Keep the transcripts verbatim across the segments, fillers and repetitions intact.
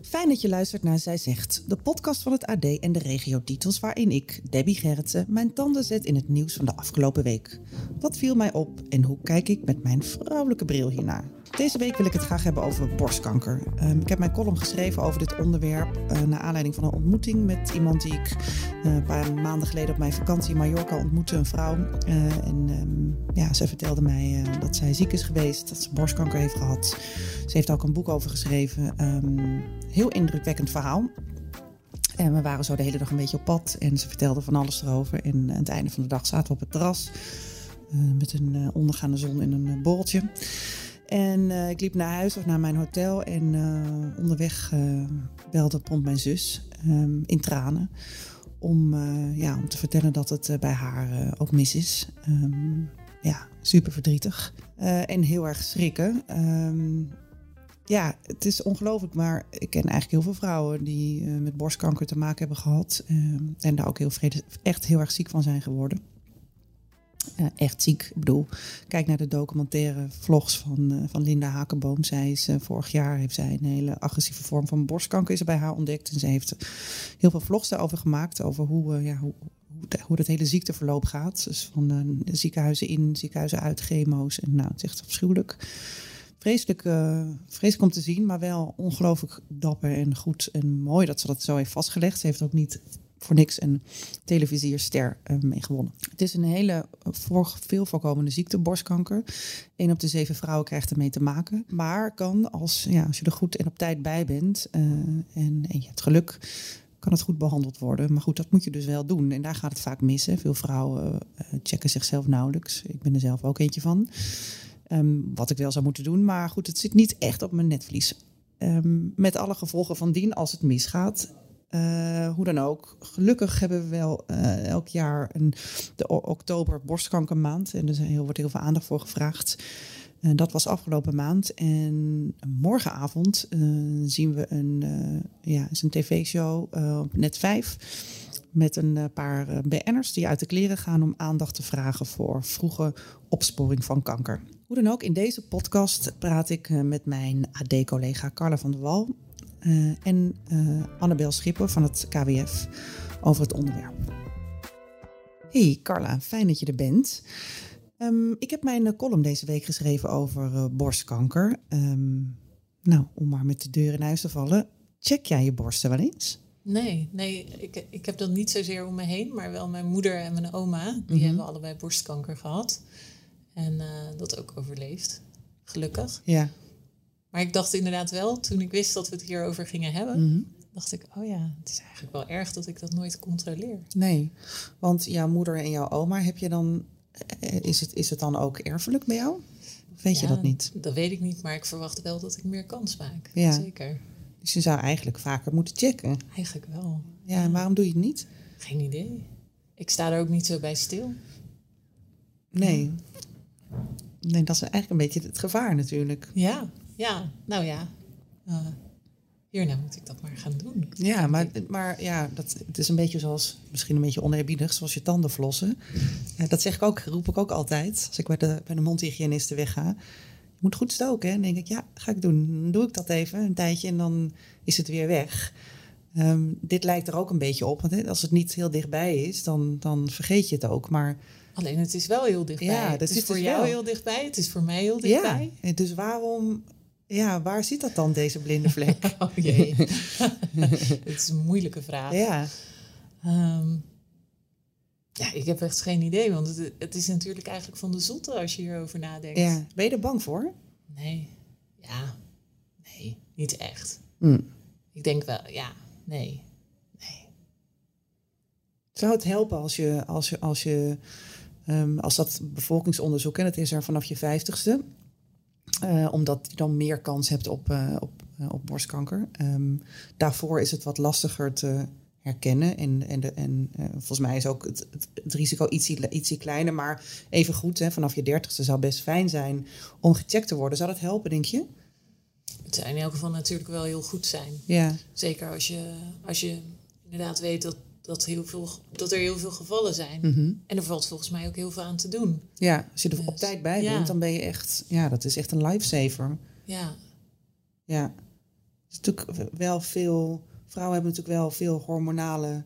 Fijn dat je luistert naar Zij Zegt, de podcast van het A D en de Regio Titels, waarin ik, Debbie Gerritsen, mijn tanden zet in het nieuws van de afgelopen week. Wat viel mij op en hoe kijk ik met mijn vrouwelijke bril hiernaar? Deze week wil ik het graag hebben over borstkanker. Um, ik heb mijn column geschreven over dit onderwerp uh, naar aanleiding van een ontmoeting met iemand die ik uh, een paar maanden geleden op mijn vakantie in Mallorca ontmoette, een vrouw. Uh, en um, ja, ze vertelde mij uh, dat zij ziek is geweest, dat ze borstkanker heeft gehad. Ze heeft ook een boek over geschreven. Um, heel indrukwekkend verhaal. En we waren zo de hele dag een beetje op pad en ze vertelde van alles erover. En aan het einde van de dag zaten we op het terras uh, met een uh, ondergaande zon en een uh, borreltje. En uh, ik liep naar huis of naar mijn hotel en uh, onderweg uh, belde prompt mijn zus um, in tranen. Om, uh, ja, om te vertellen dat het uh, bij haar uh, ook mis is. Um, ja, super verdrietig. Uh, en heel erg schrikken. Um, ja, het is ongelooflijk, maar ik ken eigenlijk heel veel vrouwen die uh, met borstkanker te maken hebben gehad. Uh, en daar ook heel vrede, echt heel erg ziek van zijn geworden. Uh, echt ziek. Ik bedoel, kijk naar de documentaire vlogs van, uh, van Linda Hakenboom. Zij is, uh, vorig jaar heeft zij een hele agressieve vorm van borstkanker is er bij haar ontdekt. En ze heeft heel veel vlogs daarover gemaakt. Over hoe, uh, ja, hoe, hoe, de, hoe dat hele ziekteverloop gaat. Dus van uh, ziekenhuizen in, ziekenhuizen uit, chemo's. En nou, het is echt afschuwelijk. Vreselijk, uh, vreselijk om te zien, maar wel ongelooflijk dapper en goed en mooi dat ze dat zo heeft vastgelegd. Ze heeft ook niet voor niks een televisierster uh, mee gewonnen. Het is een hele voor, veel voorkomende ziekte, borstkanker. Eén op de zeven vrouwen krijgt ermee te maken. Maar kan, als, ja, als je er goed en op tijd bij bent uh, en, en je hebt geluk, kan het goed behandeld worden. Maar goed, dat moet je dus wel doen. En daar gaat het vaak mis. Hè. Veel vrouwen uh, checken zichzelf nauwelijks. Ik ben er zelf ook eentje van. Um, wat ik wel zou moeten doen. Maar goed, het zit niet echt op mijn netvlies. Um, met alle gevolgen van dien als het misgaat. Uh, hoe dan ook. Gelukkig hebben we wel uh, elk jaar een, de o- oktober borstkankermaand. En er zijn heel, wordt heel veel aandacht voor gevraagd. Uh, dat was afgelopen maand. En morgenavond uh, zien we een, uh, ja, is een tv-show uh, op Net vijf. Met een uh, paar uh, B N'ers die uit de kleren gaan om aandacht te vragen voor vroege opsporing van kanker. Hoe dan ook, in deze podcast praat ik uh, met mijn A D-collega Carla van der Wal uh, en uh, Annabel Schipper van het K W F over het onderwerp. Hey Carla, fijn dat je er bent. Um, ik heb mijn uh, column deze week geschreven over uh, borstkanker. Um, nou, om maar met de deur in huis te vallen. Check jij je borsten wel eens? Nee, nee ik, ik heb dat niet zozeer om me heen, maar wel mijn moeder en mijn oma. Die Mm-hmm. hebben allebei borstkanker gehad. En uh, dat ook overleefd. Gelukkig. Ja. Maar ik dacht inderdaad wel, toen ik wist dat we het hierover gingen hebben, Mm-hmm. dacht ik, oh ja, het is eigenlijk wel erg dat ik dat nooit controleer. Nee, want jouw moeder en jouw oma, heb je dan, is het, is het dan ook erfelijk bij jou? Of weet ja, je dat niet? Dat weet ik niet, maar ik verwacht wel dat ik meer kans maak. Ja. Zeker. Dus je zou eigenlijk vaker moeten checken. Eigenlijk wel. Ja, en waarom doe je het niet? Geen idee. Ik sta er ook niet zo bij stil. Nee. Nee, dat is eigenlijk een beetje het gevaar natuurlijk. Ja, ja, nou ja. Uh, hierna moet ik dat maar gaan doen. Ja, maar, maar ja, dat, het is een beetje zoals, misschien een beetje oneerbiedig, zoals je tanden flossen. Ja, dat zeg ik ook, roep ik ook altijd, als ik bij de, bij de mondhygiëniste wegga. Je moet goed stoken. En dan denk ik, ja, ga ik doen. Dan doe ik dat even een tijdje en dan is het weer weg. Um, dit lijkt er ook een beetje op. Want hè, als het niet heel dichtbij is, dan, dan vergeet je het ook. Maar alleen het is wel heel dichtbij. Ja, dat het is is voor dus jou wel. heel dichtbij. Het is voor mij heel dichtbij. Ja, dus waarom, ja, waar zit dat dan, deze blinde vlek? Oh jee. Het is een moeilijke vraag. Ja. Um, ja, ik heb echt geen idee. Want het, het is natuurlijk eigenlijk van de zotte als je hierover nadenkt. Ja. Ben je er bang voor? Nee. Ja. Nee, niet echt. Mm. Ik denk wel, ja. Nee. Nee. Zou het helpen als je, als je, als je, um, als dat bevolkingsonderzoek, en dat is er vanaf je vijftigste, uh, omdat je dan meer kans hebt op, uh, op, uh, op borstkanker. Um, daarvoor is het wat lastiger te herkennen. En, en, de, en uh, volgens mij is ook het, het, het risico ietsie, ietsie kleiner. Maar even goed, hè, vanaf je dertigste zou best fijn zijn om gecheckt te worden. Zou dat helpen, denk je? Het zou in elk geval natuurlijk wel heel goed zijn. Ja. Zeker als je, als je inderdaad weet dat, dat, heel veel, dat er heel veel gevallen zijn. Mm-hmm. En er valt volgens mij ook heel veel aan te doen. Ja, als je er Dus, op tijd bij ja. bent, dan ben je echt, ja, dat is echt een lifesaver. Ja. Ja. is natuurlijk wel veel... Vrouwen hebben natuurlijk wel veel hormonale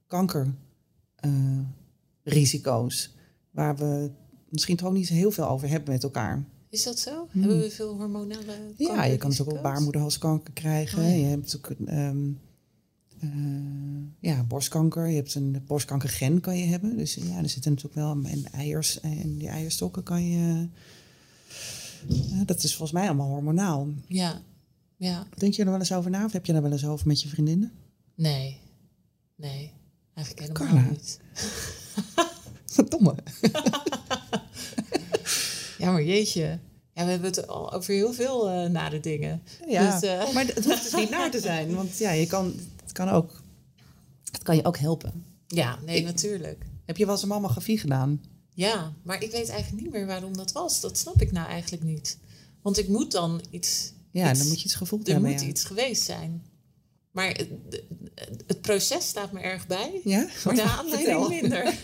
kankerrisico's. Uh, waar we misschien toch niet zo heel veel over hebben met elkaar. Is dat zo? Hmm. Hebben we veel hormonale kanker? Ja, je kan dus ook wel baarmoederhalskanker krijgen. Oh, ja. Je hebt ook um, uh, ja, borstkanker. Je hebt een borstkankergen kan je hebben. Dus ja, er zitten natuurlijk wel... En eiers en die eierstokken kan je... Uh, dat is volgens mij allemaal hormonaal. Ja, ja. Denk je er wel eens over na? Of heb je daar wel eens over met je vriendinnen? Nee. Nee. Eigenlijk helemaal Carla. niet. Wat domme. Ja, maar jeetje. Ja, we hebben het al over heel veel uh, nare dingen. Ja, dus, uh... maar het hoeft dus niet naar te zijn. Want ja, je kan, het kan ook... Het kan je ook helpen. Ja, nee, ik, natuurlijk. Heb je wel eens een mammografie gedaan? Ja, maar ik weet eigenlijk niet meer waarom dat was. Dat snap ik nou eigenlijk niet. Want ik moet dan iets... Ja, iets, dan moet je iets gevoeld er hebben. Er moet ja. iets geweest zijn. Maar het, het proces staat me erg bij. Ja? Maar de aanleiding minder.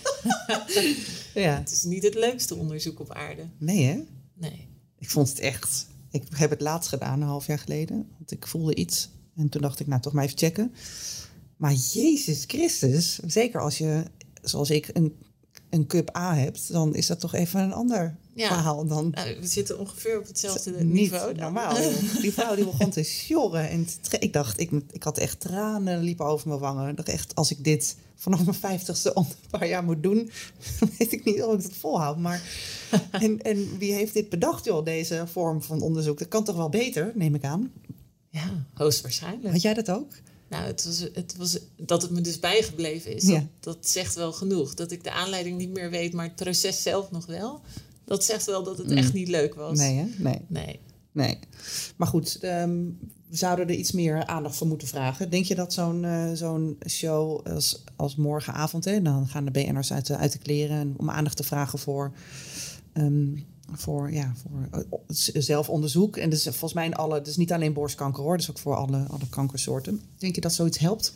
Ja. Het is niet het leukste onderzoek op aarde. Nee, hè? Nee. Ik vond het echt... Ik heb het laatst gedaan, een half jaar geleden. Want ik voelde iets. En toen dacht ik, nou, toch maar even checken. Maar Jezus Christus, zeker als je, zoals ik, een, een cup A hebt... dan is dat toch even een ander ja. verhaal dan... Nou, we zitten ongeveer op hetzelfde niet niveau. Normaal. Die vrouw die begon te sjorren. En te tre- ik dacht, ik, ik had echt tranen liepen over mijn wangen. Ik dacht echt, als ik dit vanaf mijn vijftigste al een paar jaar moet doen... dan weet ik niet of ik het volhoud. Maar, en, en wie heeft dit bedacht, joh, deze vorm van onderzoek? Dat kan toch wel beter, neem ik aan? Ja, hoogstwaarschijnlijk. Had jij dat ook? Nou, het was, het was, dat het me dus bijgebleven is, Ja. dat, dat zegt wel genoeg. Dat ik de aanleiding niet meer weet, maar het proces zelf nog wel. Dat zegt wel dat het Mm. echt niet leuk was. Nee, hè? Nee. Nee. nee. Maar goed, um, we zouden er iets meer aandacht voor moeten vragen. Denk je dat zo'n, uh, zo'n show als, als morgenavond... Hè, dan gaan de B N'ers uit de, uit de kleren... om aandacht te vragen voor... Um, voor, ja, voor uh, zelfonderzoek. En dus volgens mij in alle... Dus niet alleen borstkanker hoor, dus ook voor alle, alle kankersoorten. Denk je dat zoiets helpt?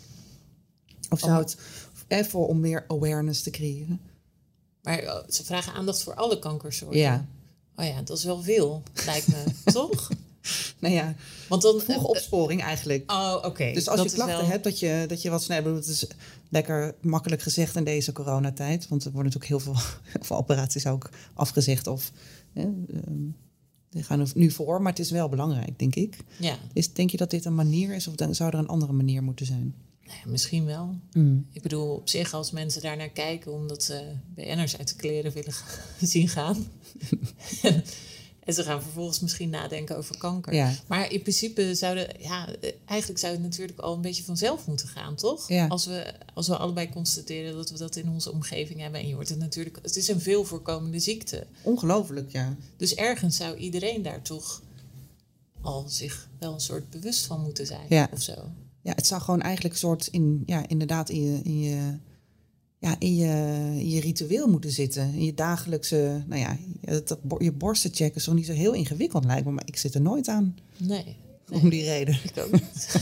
Of zou het eh, voor om meer awareness te creëren? Maar uh, ze vragen aandacht voor alle kankersoorten. Ja. Oh ja, dat is wel veel, lijkt me. Toch? Nou ja, want dan vroege opsporing eigenlijk. Oh, oké. Okay. Dus als dat je klachten wel... hebt, dat je, dat je wat sneller doet. Het is lekker makkelijk gezegd in deze coronatijd. Want er worden natuurlijk heel veel, heel veel operaties ook afgezegd. Of hè, um, die gaan er nu voor. Maar het is wel belangrijk, denk ik. Ja. Is, denk je dat dit een manier is? Of dan, zou er een andere manier moeten zijn? Nee, misschien wel. Mm. Ik bedoel, op zich als mensen daar naar kijken... omdat ze B N'ers uit de kleren willen zien gaan... En ze gaan vervolgens misschien nadenken over kanker. Ja. Maar in principe zouden... Ja, eigenlijk zou het natuurlijk al een beetje vanzelf moeten gaan, toch? Ja. Als we, als we allebei constateren dat we dat in onze omgeving hebben. En je hoort het natuurlijk... Het is een veel voorkomende ziekte. Ongelooflijk, ja. Dus ergens zou iedereen daar toch al zich wel een soort bewust van moeten zijn. Ja. Of zo. Ja, het zou gewoon eigenlijk een soort... In, ja, inderdaad in je... In je Ja, in je, in je ritueel moeten zitten. In je dagelijkse... Nou ja, dat, dat, je borsten checken is toch niet zo heel ingewikkeld lijkt me. Maar ik zit er nooit aan. Nee. nee. Om die reden. Ik ook niet.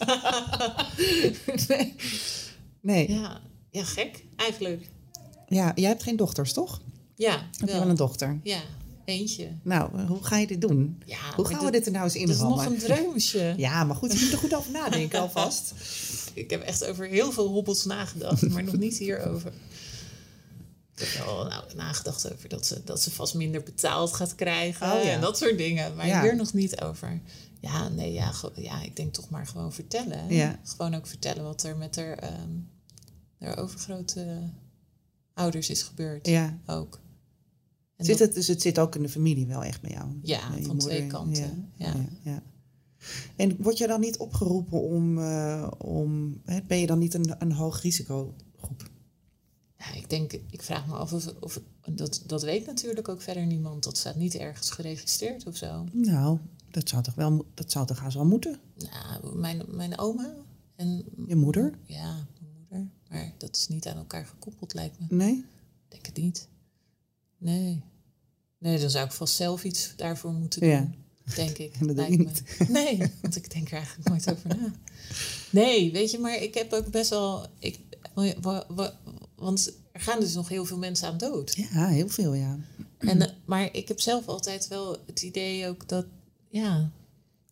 nee. nee. Ja. ja, gek eigenlijk. Ja, jij hebt geen dochters, toch? Ja, Heb wel. je wel een dochter? Ja, eentje. Nou, hoe ga je dit doen? Ja, hoe gaan we dat, dit er nou eens Dat is inrammen? nog een dreumsje. Ja, maar goed, je moet er goed over nadenken alvast. Ik heb echt over heel veel hobbels nagedacht, maar nog niet hierover. Ik heb wel nou, nagedacht over dat ze, dat ze vast minder betaald gaat krijgen. Oh, ja. En dat soort dingen. Maar Ja. hier nog niet over. Ja, nee, ja, ge- ja, ik denk toch maar gewoon vertellen. Hè? Ja. Gewoon ook vertellen wat er met haar, um, haar overgrote ouders is gebeurd. Ja. Ook. En Zit dat- het, dus het zit ook in de familie wel echt bij jou? Ja, je van twee kanten. Ja, Ja. ja, ja. En word je dan niet opgeroepen om... Uh, om hè, ben je dan niet een, een hoog risicogroep? Ja, ik denk, ik vraag me af of, of dat, dat weet natuurlijk ook verder niemand. Dat staat niet ergens geregistreerd of zo. Nou, dat zou toch wel, dat zou toch haast wel moeten? Nou, mijn, mijn oma en... Je moeder? Ja, mijn moeder. Maar dat is niet aan elkaar gekoppeld, lijkt me. Nee? Ik denk het niet. Nee. Nee, dan zou ik vast zelf iets daarvoor moeten doen. Ja. Denk ik. En dat doe lijkt je me. niet. Nee, want ik denk er eigenlijk nooit over na. Nee, weet je, maar ik heb ook best wel... Ik, wa, wa, want er gaan dus nog heel veel mensen aan dood. Ja, heel veel, ja. En, maar ik heb zelf altijd wel het idee ook dat... Ja,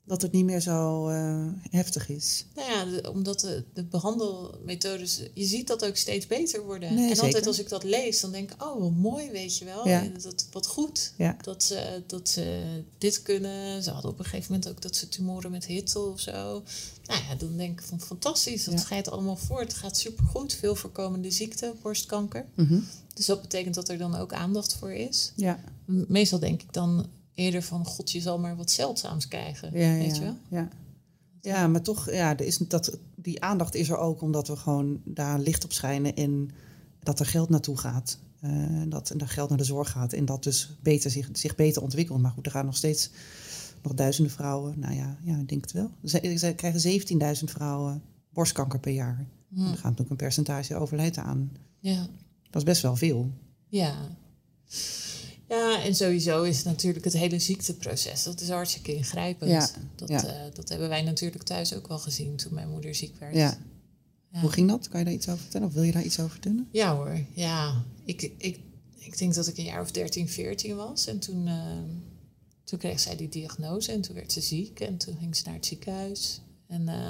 Dat het niet meer zo uh, heftig is. Nou ja, de, omdat de, de behandelmethodes... Je ziet dat ook steeds beter worden. Nee, en zeker. altijd als ik dat lees, dan denk ik... Oh, wat mooi, weet je wel. Ja. Dat, wat goed Ja. dat, ze, dat ze dit kunnen. Ze hadden op een gegeven moment ook dat ze tumoren met hitte of zo. Nou ja, dan denk ik van fantastisch. Dat ja. gaat allemaal voort. Het gaat supergoed. Veel voorkomende ziekte, borstkanker. Mm-hmm. Dus dat betekent dat er dan ook aandacht voor is. Ja. Meestal denk ik dan... Eerder van, god, je zal maar wat zeldzaams krijgen, ja, weet ja, je wel? Ja. ja, maar toch, ja, er is dat, die aandacht is er ook omdat we gewoon daar licht op schijnen en dat er geld naartoe gaat. Uh, dat er geld naar de zorg gaat en dat dus beter zich, zich beter ontwikkelt. Maar goed, er gaan nog steeds nog duizenden vrouwen, nou ja, ja ik denk het wel. Ze, ze krijgen zeventienduizend vrouwen borstkanker per jaar. Hm. Er gaat natuurlijk een percentage overlijden aan. Ja. Dat is best wel veel. Ja. Ja, en sowieso is het natuurlijk het hele ziekteproces. Dat is hartstikke ingrijpend. Ja, dat, ja. Uh, dat hebben wij natuurlijk thuis ook wel gezien toen mijn moeder ziek werd. Ja. Ja. Hoe ging dat? Kan je daar iets over vertellen? Of wil je daar iets over vertellen? Ja hoor, ja. Ik, ik, ik denk dat ik een jaar of dertien, veertien was. En toen, uh, toen kreeg zij die diagnose en toen werd ze ziek. En toen ging ze naar het ziekenhuis. En uh,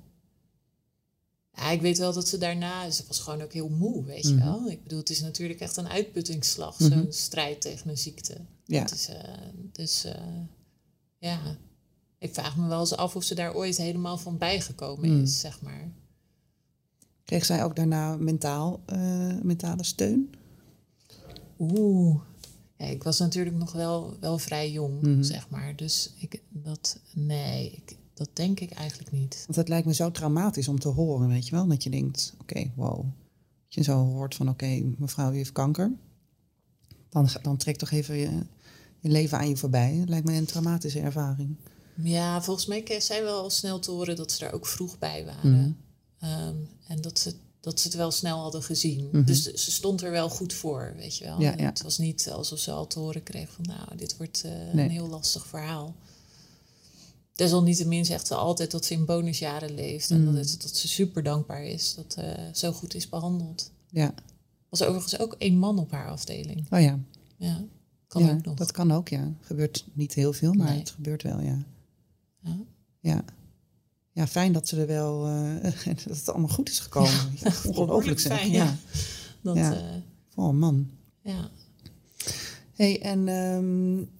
ja, ik weet wel dat ze daarna... Ze was gewoon ook heel moe, weet je mm-hmm. wel. Ik bedoel, het is natuurlijk echt een uitputtingsslag. Mm-hmm. Zo'n strijd tegen een ziekte. Ja. Het is, uh, dus uh, ja... Ik vraag me wel eens af of ze daar ooit helemaal van bijgekomen mm. is, zeg maar. Kreeg zij ook daarna mentaal, uh, mentale steun? Oeh... Ja, ik was natuurlijk nog wel, wel vrij jong, mm-hmm. zeg maar. Dus ik, dat... Nee, ik... Dat denk ik eigenlijk niet. Want het lijkt me zo traumatisch om te horen, weet je wel. Dat je denkt, oké, okay, wow. Dat je zo hoort van, oké, okay, mevrouw heeft kanker. Dan, dan trekt toch even je, je leven aan je voorbij. Het lijkt me een traumatische ervaring. Ja, volgens mij kreeg zij wel al snel te horen dat ze daar ook vroeg bij waren. Mm. Um, en dat ze, dat ze het wel snel hadden gezien. Mm-hmm. Dus de, ze stond er wel goed voor, weet je wel. Ja, ja. Het was niet alsof ze al te horen kreeg van, nou, dit wordt uh, nee. een heel lastig verhaal. Desalniettemin zegt ze altijd dat ze in bonusjaren leeft. En mm. dat, het, dat ze super dankbaar is dat uh, zo goed is behandeld. Ja. Was overigens ook één man op haar afdeling. Oh ja. Ja, kan ja, ook nog. Dat kan ook, ja. Gebeurt niet heel veel, maar nee. het gebeurt wel, ja. Ja. Ja, ja fijn dat ze er wel... Uh, dat het allemaal goed is gekomen. Ja, ja, ongelooflijk fijn, ja. ja. Dat, ja. Uh, oh man. Ja. Hey, en... Um,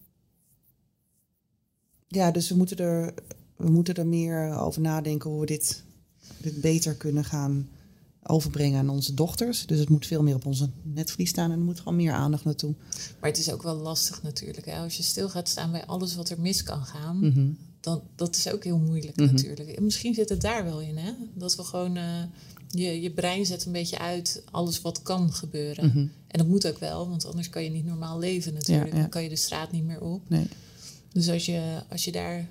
Ja, dus we moeten, er, we moeten er meer over nadenken hoe we dit, dit beter kunnen gaan overbrengen aan onze dochters. Dus het moet veel meer op onze netvlies staan en er moet gewoon meer aandacht naartoe. Maar het is ook wel lastig natuurlijk. Hè? Als je stil gaat staan bij alles wat er mis kan gaan, mm-hmm. dan, dat is ook heel moeilijk mm-hmm. natuurlijk. En misschien zit het daar wel in, hè? Dat we gewoon, uh, je, je brein zet een beetje uit alles wat kan gebeuren. Mm-hmm. En dat moet ook wel, want anders kan je niet normaal leven natuurlijk. Ja, ja. Dan kan je de straat niet meer op. Nee. Dus als je, als, je daar,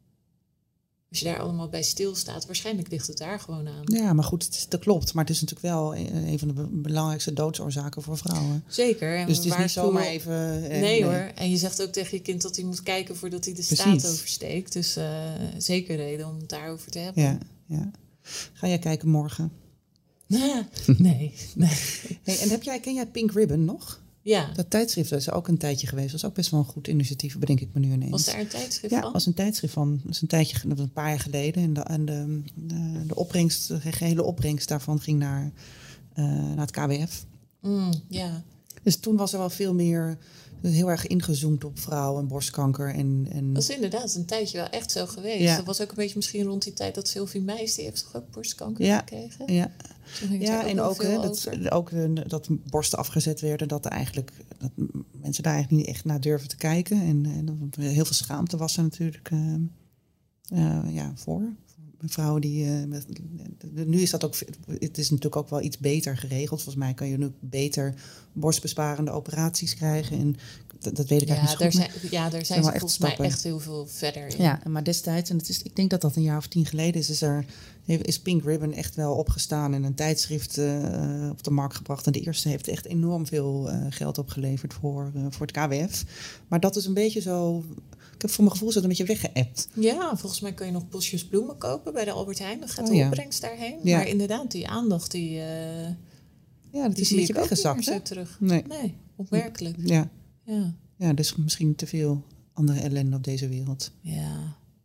als je daar allemaal bij stilstaat, waarschijnlijk ligt het daar gewoon aan. Ja, maar goed, het is, dat klopt. Maar het is natuurlijk wel een van de belangrijkste doodsoorzaken voor vrouwen. Zeker. En dus het is niet zomaar op... even... Nee, nee hoor. En je zegt ook tegen je kind dat hij moet kijken voordat hij de Precies. straat oversteekt. Dus uh, zeker reden om het daarover te hebben. Ja, ja. Ga jij kijken morgen? nee, nee. Hey, en heb jij, ken jij Pink Ribbon nog? Ja. Dat tijdschrift is ook een tijdje geweest. Dat was ook best wel een goed initiatief, bedenk ik me nu ineens. Was daar een tijdschrift ja, van? Ja, was een tijdschrift van. Dat was een tijdje, dat was een paar jaar geleden. En de, en de, de, de opbrengst, de gehele opbrengst daarvan ging naar, uh, naar het K W F. Mm, ja. Dus toen was er wel veel meer, heel erg ingezoomd op vrouwen en borstkanker. En, en... Dat is inderdaad een tijdje wel echt zo geweest. Ja. Dat was ook een beetje misschien rond die tijd dat Sylvie Meis, die heeft toch ook borstkanker ja. gekregen? Ja. Ja, ook en ook, hè, dat, ook uh, dat borsten afgezet werden, dat, er eigenlijk, dat mensen daar eigenlijk niet echt naar durven te kijken. En, en heel veel schaamte was er natuurlijk uh, uh, ja, voor. Vrouwen die... Uh, met, nu is dat ook... Het is natuurlijk ook wel iets beter geregeld. Volgens mij kan je nu beter borstbesparende operaties krijgen. En dat, dat weet ik ja, eigenlijk niet goed. Ja, daar zijn ze volgens mij echt heel veel verder in. Ja, maar destijds, en het is, ik denk dat dat een jaar of tien geleden is, is er... is Pink Ribbon echt wel opgestaan en een tijdschrift uh, op de markt gebracht. En de eerste heeft echt enorm veel uh, geld opgeleverd voor, uh, voor het K W F. Maar dat is een beetje zo... Ik heb voor mijn gevoel zo een beetje weggeëpt. Ja, volgens mij kun je nog bosjes bloemen kopen bij de Albert Heijn. Dan gaat de oh, ja. opbrengst daarheen. Ja. Maar inderdaad, die aandacht, die... Uh, ja, dat die is een beetje weggezakt, hè? Terug. Nee. nee, opmerkelijk. Ja. Ja. Ja, dus misschien te veel andere ellende op deze wereld. Ja.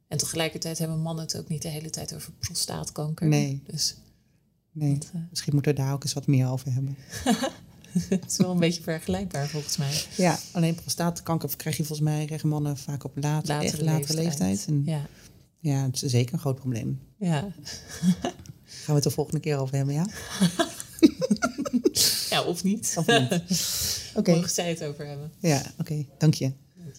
En tegelijkertijd hebben mannen het ook niet de hele tijd over prostaatkanker. Nee, dus, nee. Want, uh, misschien moeten we daar ook eens wat meer over hebben. Het is wel een beetje vergelijkbaar volgens mij. Ja, alleen prostaatkanker krijg je volgens mij krijgen mannen vaak op later, latere, echt latere leeftijd. leeftijd. En ja. ja, het is zeker een groot probleem. Ja. Gaan we het de volgende keer over hebben, ja? Ja, of niet. Of niet. Oké. Okay. Mogen zij het over hebben. Ja, oké. Okay. Dank je. Dank je.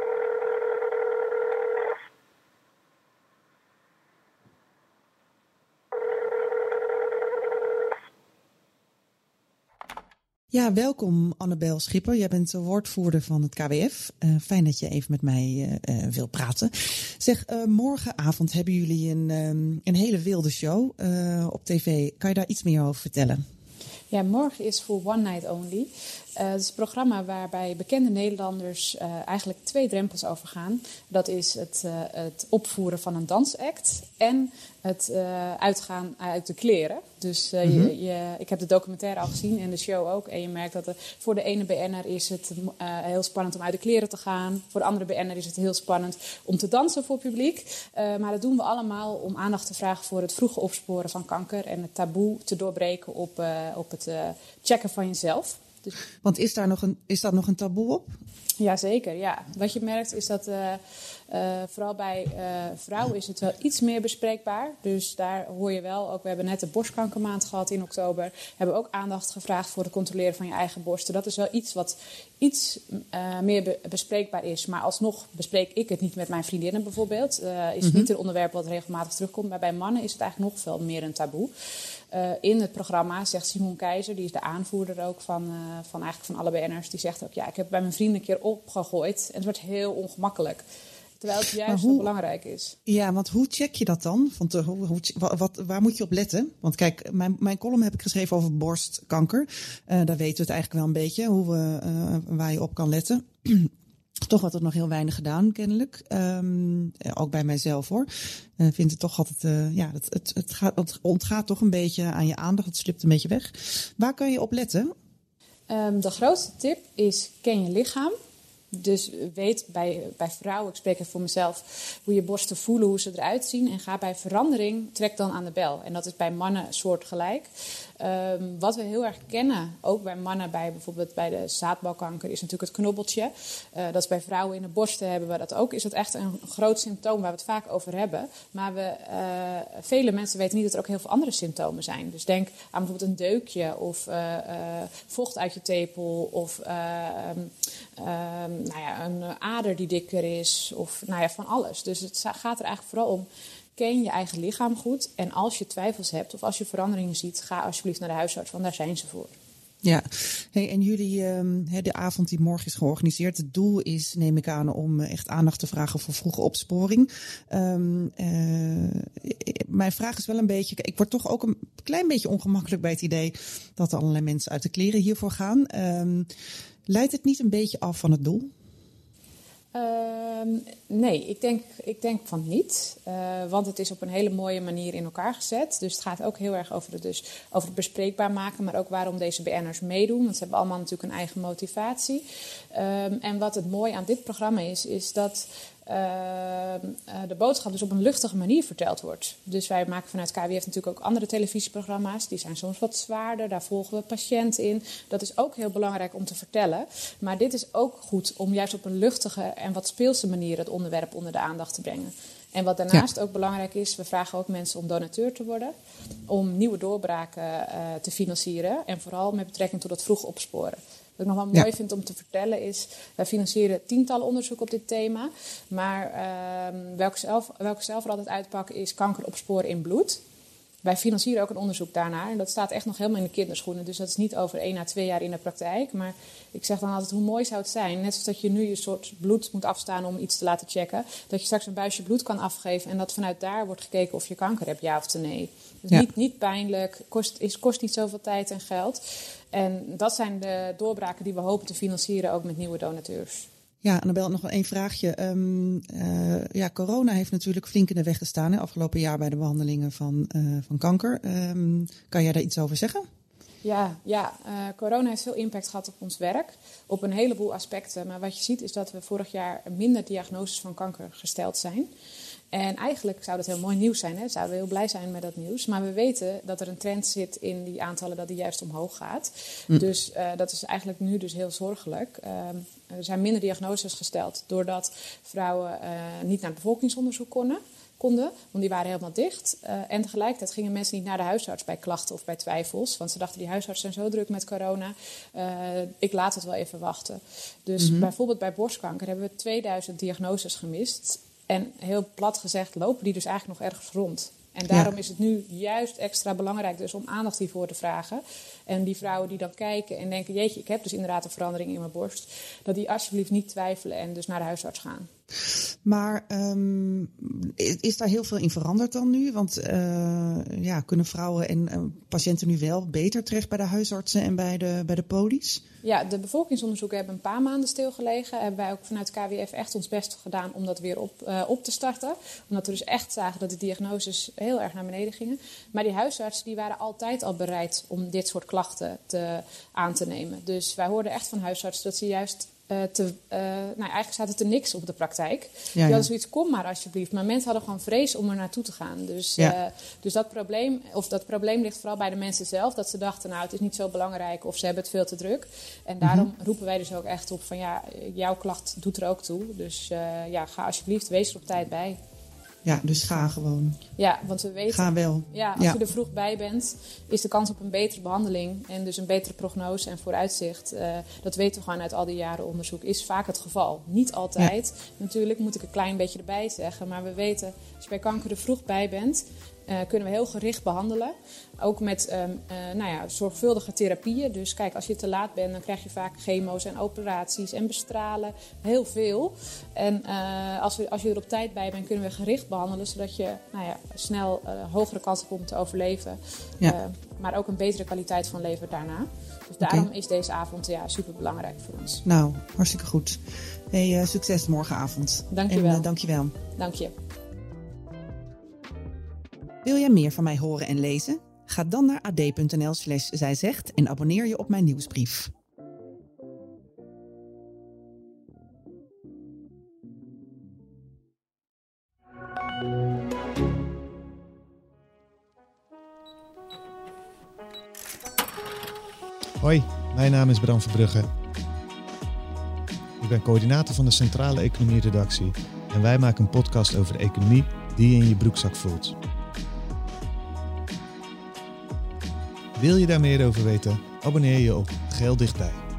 Ja, welkom Annabel Schipper. Jij bent de woordvoerder van het K W F. Uh, fijn dat je even met mij uh, wil praten. Zeg, uh, morgenavond hebben jullie een, um, een hele wilde show uh, op tv. Kan je daar iets meer over vertellen? Ja, morgen is voor One Night Only. Uh, het is een programma waarbij bekende Nederlanders uh, eigenlijk twee drempels overgaan. Dat is het, uh, het opvoeren van een dansact en het uh, uitgaan uit de kleren. Dus uh, mm-hmm. je, je, ik heb de documentaire al gezien en de show ook. En je merkt dat er, voor de ene B N'er is het uh, heel spannend om uit de kleren te gaan. Voor de andere B N'er is het heel spannend om te dansen voor publiek. Uh, maar dat doen we allemaal om aandacht te vragen voor het vroege opsporen van kanker. En het taboe te doorbreken op, uh, op het uh, checken van jezelf. Dus... Want is daar nog een, is daar nog een taboe op? Jazeker, ja. Wat je merkt is dat uh, uh, vooral bij uh, vrouwen is het wel iets meer bespreekbaar. Dus daar hoor je wel, ook we hebben net de borstkankermaand gehad in oktober. Hebben ook aandacht gevraagd voor het controleren van je eigen borsten. Dat is wel iets wat iets uh, meer be- bespreekbaar is. Maar alsnog bespreek ik het niet met mijn vriendinnen bijvoorbeeld. Uh, is mm-hmm. niet een onderwerp wat regelmatig terugkomt. Maar bij mannen is het eigenlijk nog veel meer een taboe. Uh, in het programma zegt Simon Keizer, die is de aanvoerder ook van, uh, van, eigenlijk van alle B N'ers, die zegt ook, ja, ik heb bij mijn vrienden een keer opgegooid en het wordt heel ongemakkelijk. Terwijl het juist hoe, zo belangrijk is. Ja, want hoe check je dat dan? Want, uh, hoe, hoe, wat, waar moet je op letten? Want kijk, mijn, mijn column heb ik geschreven over borstkanker. Uh, daar weten we het eigenlijk wel een beetje, hoe we, uh, waar je op kan letten. Toch wordt er nog heel weinig gedaan, kennelijk. Um, ook bij mijzelf, hoor. Ik uh, vind het toch altijd... Uh, ja, het, het, het, gaat, het ontgaat toch een beetje aan je aandacht. Het slipt een beetje weg. Waar kan je op letten? Um, de grootste tip is, ken je lichaam. Dus weet bij, bij vrouwen, ik spreek even voor mezelf, hoe je borsten voelen, hoe ze eruit zien. En ga bij verandering, trek dan aan de bel. En dat is bij mannen soortgelijk. Um, wat we heel erg kennen, ook bij mannen, bij bijvoorbeeld bij de zaadbalkanker, is natuurlijk het knobbeltje. Uh, dat is bij vrouwen in de borsten hebben we dat ook. Is dat echt een groot symptoom waar we het vaak over hebben. Maar we, uh, vele mensen weten niet dat er ook heel veel andere symptomen zijn. Dus denk aan bijvoorbeeld een deukje of uh, uh, vocht uit je tepel of uh, um, um, nou ja, een ader die dikker is of nou ja, van alles. Dus het gaat er eigenlijk vooral om, ken je eigen lichaam goed. En als je twijfels hebt of als je veranderingen ziet, ga alsjeblieft naar de huisarts, want daar zijn ze voor. Ja, hey, en jullie, um, de avond die morgen is georganiseerd, het doel is, neem ik aan, om echt aandacht te vragen voor vroege opsporing. Um, uh, mijn vraag is wel een beetje, ik word toch ook een klein beetje ongemakkelijk bij het idee dat er allerlei mensen uit de kleren hiervoor gaan. Um, leidt het niet een beetje af van het doel? Uh, nee, ik denk, ik denk van niet. Uh, want het is op een hele mooie manier in elkaar gezet. Dus het gaat ook heel erg over het, dus, over het bespreekbaar maken. Maar ook waarom deze B N'ers meedoen. Want ze hebben allemaal natuurlijk een eigen motivatie. Um, en wat het mooie aan dit programma is, is dat Uh, uh, de boodschap dus op een luchtige manier verteld wordt. Dus wij maken vanuit K W F natuurlijk ook andere televisieprogramma's. Die zijn soms wat zwaarder, daar volgen we patiënten in. Dat is ook heel belangrijk om te vertellen. Maar dit is ook goed om juist op een luchtige en wat speelse manier het onderwerp onder de aandacht te brengen. En wat daarnaast ja. ook belangrijk is, we vragen ook mensen om donateur te worden. Om nieuwe doorbraken uh, te financieren. En vooral met betrekking tot het vroeg opsporen. Wat ik nog wel mooi ja. vind om te vertellen is, wij financieren tientallen onderzoeken op dit thema. Maar uh, welke, zelf, welke zelf er altijd uitpakken is kanker opsporen in bloed. Wij financieren ook een onderzoek daarnaar. En dat staat echt nog helemaal in de kinderschoenen. Dus dat is niet over één à twee jaar in de praktijk. Maar ik zeg dan altijd, hoe mooi zou het zijn, net zoals dat je nu je soort bloed moet afstaan om iets te laten checken, dat je straks een buisje bloed kan afgeven en dat vanuit daar wordt gekeken of je kanker hebt, ja of nee. Dus ja. niet, niet pijnlijk, kost, is, kost niet zoveel tijd en geld. En dat zijn de doorbraken die we hopen te financieren, ook met nieuwe donateurs. Ja, Annabel, nog één vraagje. Um, uh, ja, corona heeft natuurlijk flink in de weg gestaan, hè, afgelopen jaar bij de behandelingen van, uh, van kanker. Um, kan jij daar iets over zeggen? Ja, ja uh, corona heeft veel impact gehad op ons werk. Op een heleboel aspecten. Maar wat je ziet is dat we vorig jaar minder diagnoses van kanker gesteld zijn. En eigenlijk zou dat heel mooi nieuws zijn. Hè? Zouden we heel blij zijn met dat nieuws. Maar we weten dat er een trend zit in die aantallen dat die juist omhoog gaat. Mm. Dus uh, dat is eigenlijk nu dus heel zorgelijk. Uh, er zijn minder diagnoses gesteld doordat vrouwen uh, niet naar het bevolkingsonderzoek konden. konden want die waren helemaal dicht. Uh, en tegelijkertijd gingen mensen niet naar de huisarts bij klachten of bij twijfels. Want ze dachten, die huisartsen zijn zo druk met corona. Uh, ik laat het wel even wachten. Dus mm-hmm. bijvoorbeeld bij borstkanker hebben we tweeduizend diagnoses gemist. En heel plat gezegd lopen die dus eigenlijk nog ergens rond. En daarom ja. is het nu juist extra belangrijk dus om aandacht hiervoor te vragen. En die vrouwen die dan kijken en denken, jeetje, ik heb dus inderdaad een verandering in mijn borst. Dat die alsjeblieft niet twijfelen en dus naar de huisarts gaan. Maar um, is daar heel veel in veranderd dan nu? Want uh, ja, kunnen vrouwen en uh, patiënten nu wel beter terecht bij de huisartsen en bij de, bij de polies? Ja, de bevolkingsonderzoeken hebben een paar maanden stilgelegen. Hebben wij ook vanuit K W F echt ons best gedaan om dat weer op, uh, op te starten. Omdat we dus echt zagen dat de diagnoses heel erg naar beneden gingen. Maar die huisartsen die waren altijd al bereid om dit soort klachten te, aan te nemen. Dus wij hoorden echt van huisartsen dat ze juist... Uh, te, uh, nou, eigenlijk staat het er niks op de praktijk. Ja, die hadden ja. zoiets, kom maar alsjeblieft. Maar mensen hadden gewoon vrees om er naartoe te gaan. Dus, ja. uh, dus dat probleem, of dat probleem ligt vooral bij de mensen zelf. Dat ze dachten, nou, het is niet zo belangrijk of ze hebben het veel te druk. En daarom mm-hmm. roepen wij dus ook echt op van, ja, jouw klacht doet er ook toe. Dus uh, ja, ga alsjeblieft, wees er op tijd bij. Ja, dus ga gewoon. Ja, want we weten... Ga wel. Ja, als ja. je er vroeg bij bent, is de kans op een betere behandeling... en dus een betere prognose en vooruitzicht... Uh, dat weten we gewoon uit al die jaren onderzoek, is vaak het geval. Niet altijd. Ja. Natuurlijk moet ik een klein beetje erbij zeggen. Maar we weten, als je bij kanker er vroeg bij bent... Uh, kunnen we heel gericht behandelen. Ook met um, uh, nou ja, zorgvuldige therapieën. Dus kijk, als je te laat bent, dan krijg je vaak chemo's en operaties en bestralen. Heel veel. En uh, als, we, als je er op tijd bij bent, kunnen we gericht behandelen. Zodat je nou ja, snel uh, hogere kans hebt om te overleven. Ja. Uh, maar ook een betere kwaliteit van leven daarna. Dus daarom okay. is deze avond ja, super belangrijk voor ons. Nou, hartstikke goed. Hey, uh, succes morgenavond. Dank je wel. En, uh, dank je wel. Dank je. Wil jij meer van mij horen en lezen? Ga dan naar ad.nl slash zijzegt en abonneer je op mijn nieuwsbrief. Hoi, mijn naam is Bram Verbrugge. Ik ben coördinator van de Centrale Economie-redactie en wij maken een podcast over de economie die je in je broekzak voelt. Wil je daar meer over weten? Abonneer je op Geel Dichtbij.